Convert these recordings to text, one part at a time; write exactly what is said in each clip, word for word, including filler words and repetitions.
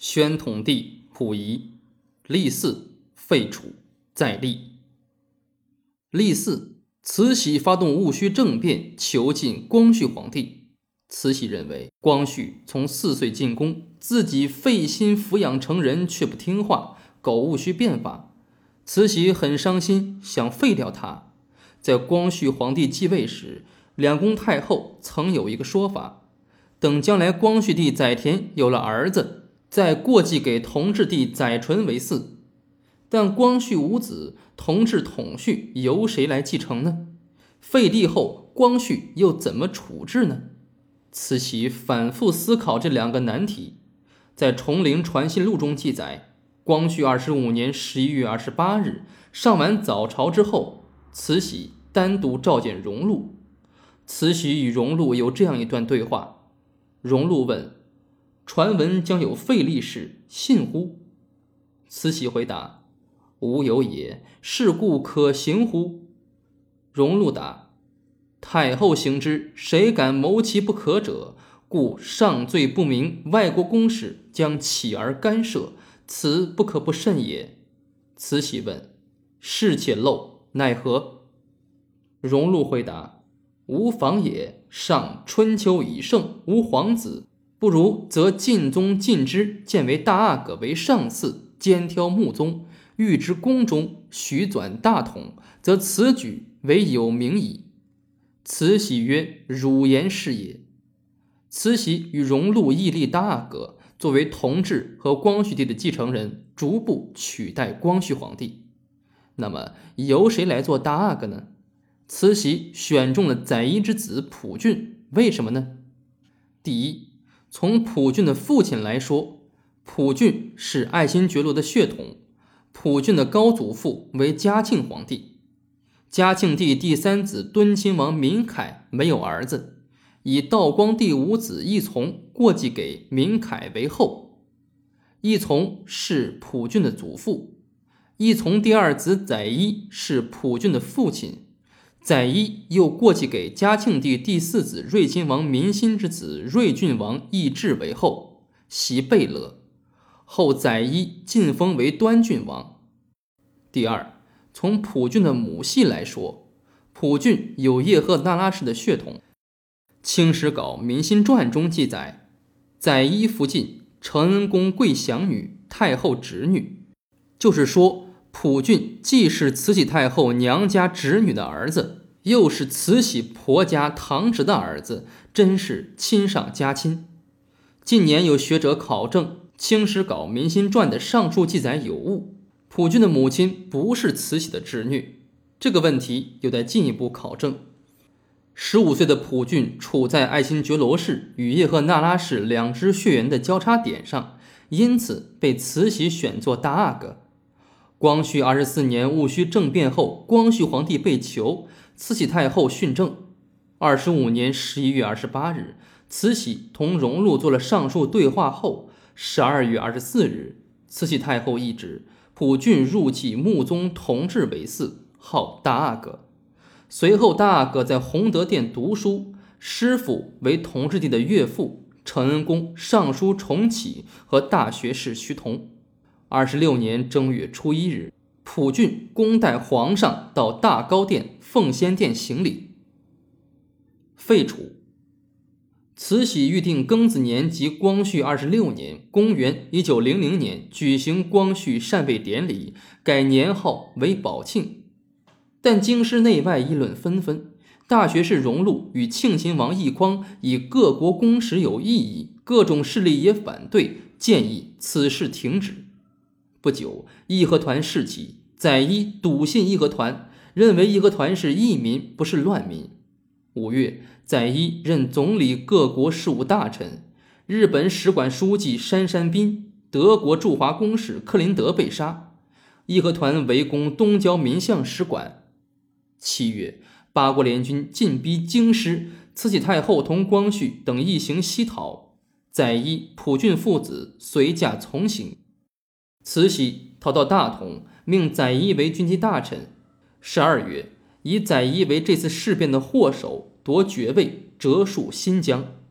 宣统帝溥仪，立嗣废除，再立。立嗣，慈禧发动戊戌政变，囚禁光绪皇帝。慈禧认为光绪从四岁进宫，自己费心抚养成人却不听话，搞戊戌变法。慈禧很伤心，想废掉他。在光绪皇帝继位时，两宫太后曾有一个说法，等将来光绪帝载湉有了儿子，再过继给同治帝载淳为嗣。但光绪无子，同治统绪由谁来继承呢？废帝后，光绪又怎么处置呢？慈禧反复思考这两个难题。在《崇陵传信录》中记载，光绪二十五年十一月二十八日上完早朝之后，慈禧单独召见荣禄。慈禧与荣禄有这样一段对话。荣禄问：传闻将有废立事，信乎？慈禧回答：吾有也，是故可行乎？荣禄答：太后行之，谁敢谋其不可者？故上罪不明，外国公使将起而干涉，此不可不慎也。慈禧问：事且漏，奈何？荣禄回答：无妨也，上春秋已盛，无皇子，不如则晋宗晋之，建为大阿哥为上嗣，兼挑穆宗，欲之宫中，许转大统，则此举为有名矣。慈禧曰：汝言是也。慈禧与荣禄议立大阿哥，作为同治和光绪帝的继承人，逐步取代光绪皇帝。那么由谁来做大阿哥呢？慈禧选中了载漪之子溥俊，为什么呢？第一，从溥俊的父亲来说，溥俊是爱新觉罗的血统。溥俊的高祖父为嘉庆皇帝，嘉庆帝第三子敦亲王民凯没有儿子，以道光第五子奕从过继给民凯为后。奕从是溥俊的祖父，奕从第二子载漪是溥俊的父亲，载漪又过继给嘉庆帝第四子睿亲王民心之子睿郡王奕志为后，袭贝勒。后载漪晋封为端郡王。第二，从溥俊的母系来说，溥俊有叶赫那拉氏的血统。《清史稿·民心传》中记载，载漪福晋，承恩宫贵祥女，太后侄女。就是说，溥俊既是慈禧太后娘家侄女的儿子，又是慈禧婆家堂侄的儿子，真是亲上加亲。近年有学者考证，《清史稿·民心传》的上述记载有误，溥俊的母亲不是慈禧的侄女，这个问题有待进一步考证。十五岁的溥俊处在爱新觉罗氏与叶赫那拉氏两支血缘的交叉点上，因此被慈禧选作大阿哥。光绪二十四年戊戌政变后，光绪皇帝被囚，慈禧太后训政。二十五年十一月二十八日，慈禧同荣禄做了上述对话后，十二月二十四日，慈禧太后懿旨，溥俊入继穆宗同治为嗣，号大阿哥。随后大阿哥在弘德殿读书，师父为同治帝的岳父，承恩宫尚书重启和大学士徐同。二十六年正月初一日，溥俊恭代皇上到大高殿奉先殿行礼。废除。慈禧预定庚子年及光绪二十六年公元一九零零年举行光绪禅位典礼，改年号为宝庆。但京师内外议论纷纷，大学士荣禄与庆亲王奕匡以各国公使有异议，各种势力也反对，建议此事停止。不久，义和团事起，载漪笃信义和团，认为义和团是义民，不是乱民。五月，载漪任总理各国事务大臣，日本使馆书记杉山彬、德国驻华公使克林德被杀，义和团围攻东交民巷使馆。七月，八国联军进逼京师，慈禧太后同光绪等一行西逃，载漪、溥俊父子随驾从行。慈禧逃到大同，命载漪为军机大臣。十二月，以载漪为这次事变的祸首，夺爵位，折戍新疆。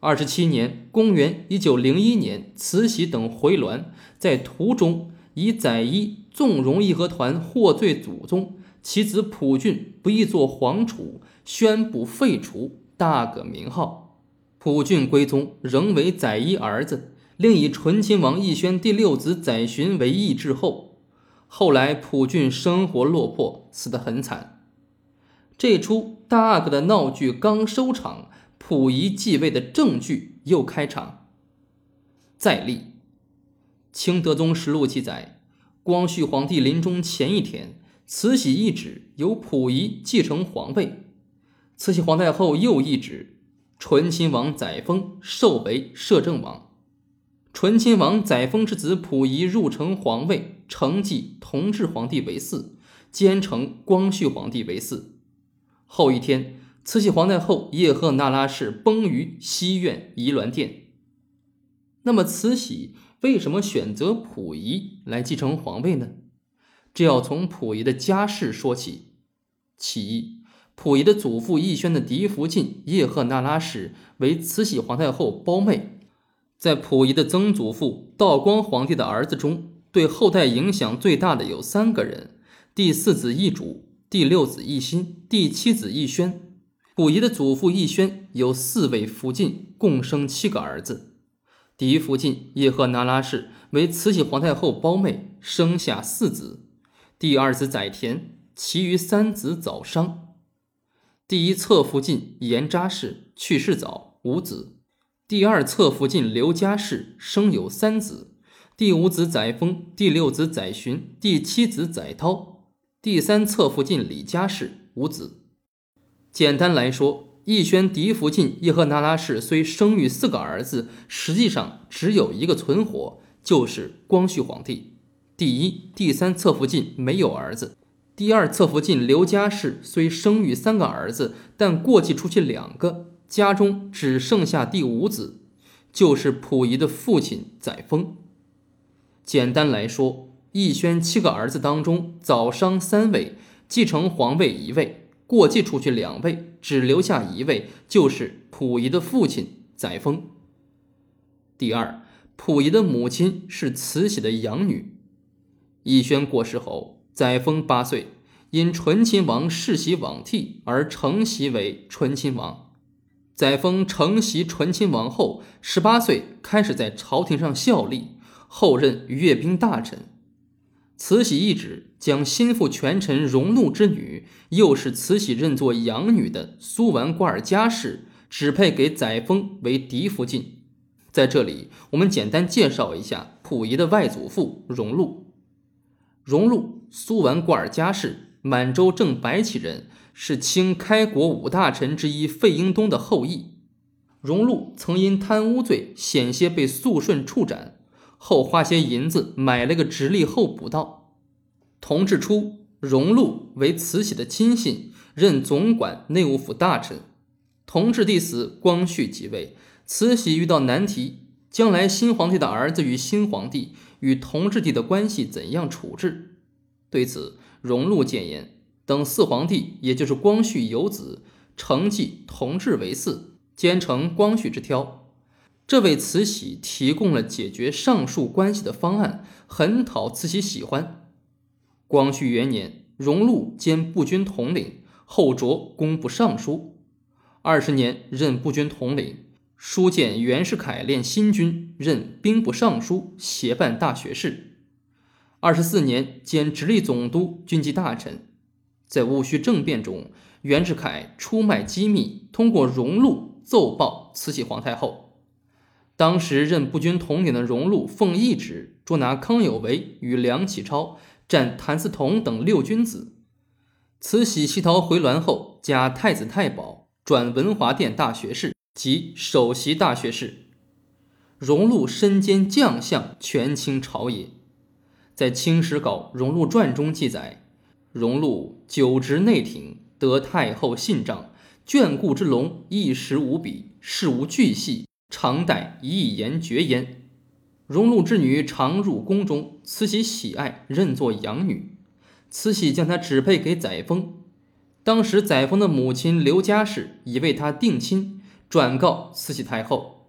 二十七年，公元一九零一年，慈禧等回銮，在途中以载衣纵容义和团获罪祖宗，其子溥俊不义作皇储，宣布废除，大革名号。溥俊归宗，仍为载衣儿子，另以醇亲王奕轩第六子载洵为义至后。后来溥俊生活落魄，死得很惨。这出大革的闹剧刚收场，溥仪继位的正剧又开场。再历，清德宗实录记载，光绪皇帝临终前一天，慈禧懿旨由溥仪继承皇位。慈禧皇太后又懿旨，醇亲王载沣授为摄政王。醇亲王载沣之子溥仪入承皇位，承继同治皇帝为嗣，兼承光绪皇帝为嗣。后一天，慈禧皇太后叶赫那拉氏崩于西苑仪銮殿。那么慈禧为什么选择溥仪来继承皇位呢？这要从溥仪的家世说起。其一，溥仪的祖父奕轩的嫡福晋叶赫那拉氏为慈禧皇太后胞妹，在溥仪的曾祖父道光皇帝的儿子中，对后代影响最大的有三个人：第四子奕主，第六子奕欣，第七子奕轩。溥仪的祖父奕轩有四位福晋，共生七个儿子。嫡福晋叶赫那拉氏为慈禧皇太后胞妹，生下四子。第二子载湉，其余三子早伤。第一侧福晋严扎氏去世早，无子。第二侧福晋刘家氏生有三子，第五子载沣，第六子载洵，第七子载涛。第三侧福晋李家氏无子。简单来说，奕轩嫡福晋叶赫那拉氏虽生育四个儿子，实际上只有一个存活，就是光绪皇帝。第一、第三侧福晋没有儿子。第二侧福晋刘家氏虽生育三个儿子，但过继出去两个，家中只剩下第五子，就是溥仪的父亲载沣。简单来说，奕轩七个儿子当中，早伤三位，继承皇位一位，过继出去两位，只留下一位，就是溥仪的父亲载沣。第二，溥仪的母亲是慈禧的养女。奕轩过世后，载沣八岁，因醇亲王世袭罔替而承袭为醇亲王。载沣承袭醇亲王后，十八岁开始在朝廷上效力，后任阅兵大臣。慈禧懿旨将心腹权臣荣禄之女，又是慈禧认作养女的苏完瓜尔佳氏，指配给载沣为嫡福晋。在这里，我们简单介绍一下溥仪的外祖父荣禄。荣禄，苏完瓜尔佳氏，满洲正白旗人，是清开国五大臣之一费英东的后裔。荣禄曾因贪污罪险些被肃顺处斩，后花些银子买了个直隶候补道。同治初，荣禄为慈禧的亲信，任总管内务府大臣。同治帝死，光绪即位，慈禧遇到难题，将来新皇帝的儿子与新皇帝与同治帝的关系怎样处置？对此，荣禄谏言，等四皇帝，也就是光绪有子，承继同治为嗣，兼承光绪之挑。这为慈禧提供了解决上述关系的方案，很讨慈禧喜欢。光绪元年，荣禄兼步军统领，后擢工部尚书。二十年任步军统领，书荐袁世凯练新军，任兵部尚书，协办大学士。二十四年兼直隶总督、军机大臣。在戊戌政变中，袁世凯出卖机密，通过荣禄奏报慈禧皇太后。当时任步军统领的荣禄奉懿旨捉拿康有为与梁启超，斩谭嗣同等六君子。慈禧西逃回銮后，加太子太保，转文华殿大学士及首席大学士。荣禄身兼将相，权倾朝野。在《清史稿·荣禄传》中记载，荣禄久职内廷，得太后信仗，眷顾之隆，一时无比，事无巨细，常待一言绝焉。荣禄之女常入宫中，慈禧喜爱，认作养女。慈禧将她指配给载沣。当时载沣的母亲刘家氏已为她定亲，转告慈禧太后。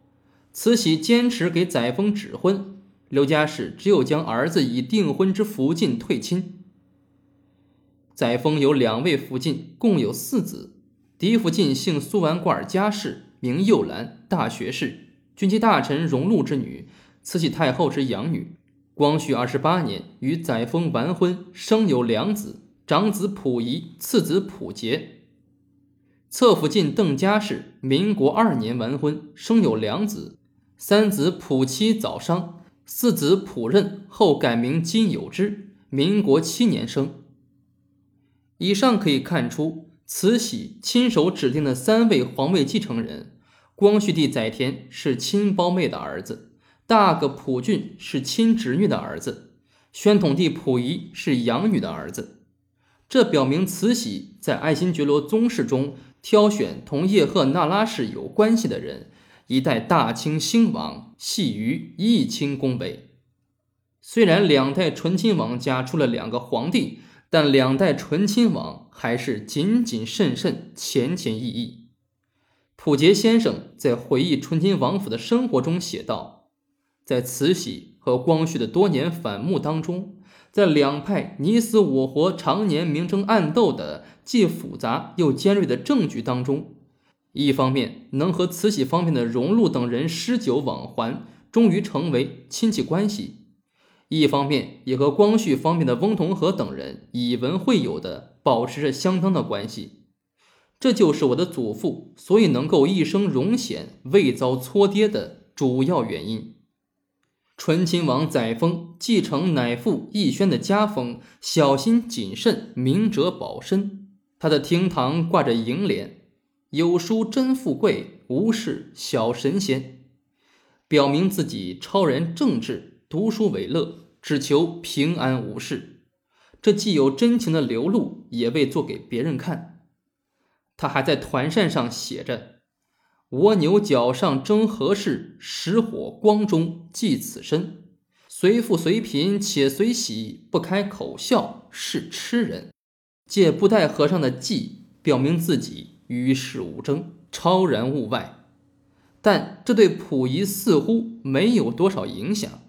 慈禧坚持给载沣指婚，刘家氏只有将儿子以订婚之福晋退亲。载沣有两位福晋，共有四子。嫡福晋姓苏完罐家氏，名幼兰，大学士，军机大臣荣禄之女，慈禧太后之养女。光绪二十八年与载沣完婚，生有两子，长子溥仪，次子溥节。侧福晋邓家氏民国二年完婚，生有两子，三子溥期早伤，四子溥任，后改名金有之，民国七年生。以上可以看出，慈禧亲手指定的三位皇位继承人，光绪帝载湉是亲胞妹的儿子，大哥溥俊是亲侄女的儿子，宣统帝溥仪是养女的儿子。这表明慈禧在爱新觉罗宗室中挑选同叶赫那拉氏有关系的人，以待大清兴亡，系于一清宫闱。虽然两代醇亲王家出了两个皇帝，但两代醇亲王还是谨谨慎慎，虔虔意意。溥节先生在回忆醇亲王府的生活中写道，在慈禧和光绪的多年反目当中，在两派你死我活、常年明争暗斗的既复杂又尖锐的政局当中，一方面能和慈禧方面的荣禄等人诗酒往还，终于成为亲戚关系，一方面也和光绪方面的翁同龢等人以文会友的保持着相当的关系。这就是我的祖父所以能够一生荣显，未遭搓跌的主要原因。醇亲王载沣继承乃父奕轩的家风，小心谨慎，明哲保身。他的厅堂挂着楹联，有书真富贵，无事小神仙，表明自己超然政治，读书为乐，只求平安无事。这既有真情的流露，也未做给别人看。他还在团扇上写着，蜗牛角上争何事，石火光中寄此身，随富随贫且随喜，不开口笑是痴人。借布袋和尚的记，表明自己与世无争，超然物外。但这对溥仪似乎没有多少影响。